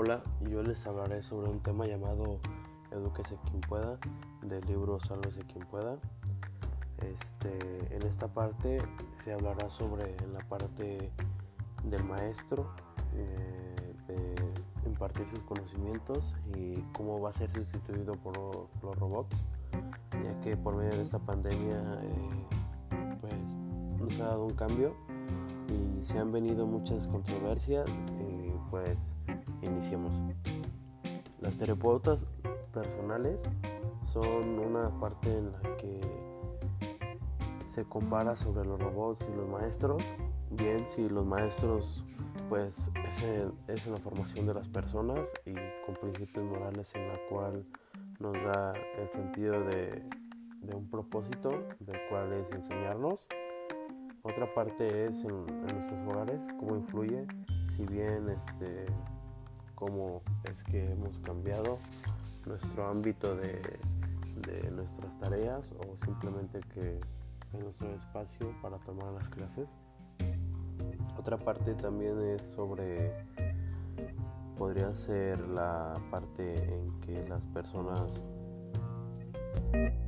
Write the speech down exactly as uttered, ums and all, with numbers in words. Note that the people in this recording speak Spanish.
Hola, yo les hablaré sobre un tema llamado Edúquese quien pueda, del libro Sálvese quien pueda. Este, en esta parte se hablará sobre la parte del maestro, eh, de impartir sus conocimientos y cómo va a ser sustituido por los robots, ya que por medio de esta pandemia eh, pues nos ha dado un cambio y se han venido muchas controversias y pues iniciemos. Las terapeutas personales son una parte en la que se compara sobre los robots y los maestros. Bien, si los maestros pues es en, es en la formación de las personas y con principios morales en la cual nos da el sentido de, de un propósito, del cual es enseñarnos. Otra parte es en, en nuestros hogares, cómo influye, si bien este, cómo es que hemos cambiado nuestro ámbito de, de nuestras tareas o simplemente que es nuestro espacio para tomar las clases. Otra parte también es sobre, podría ser la parte en que las personas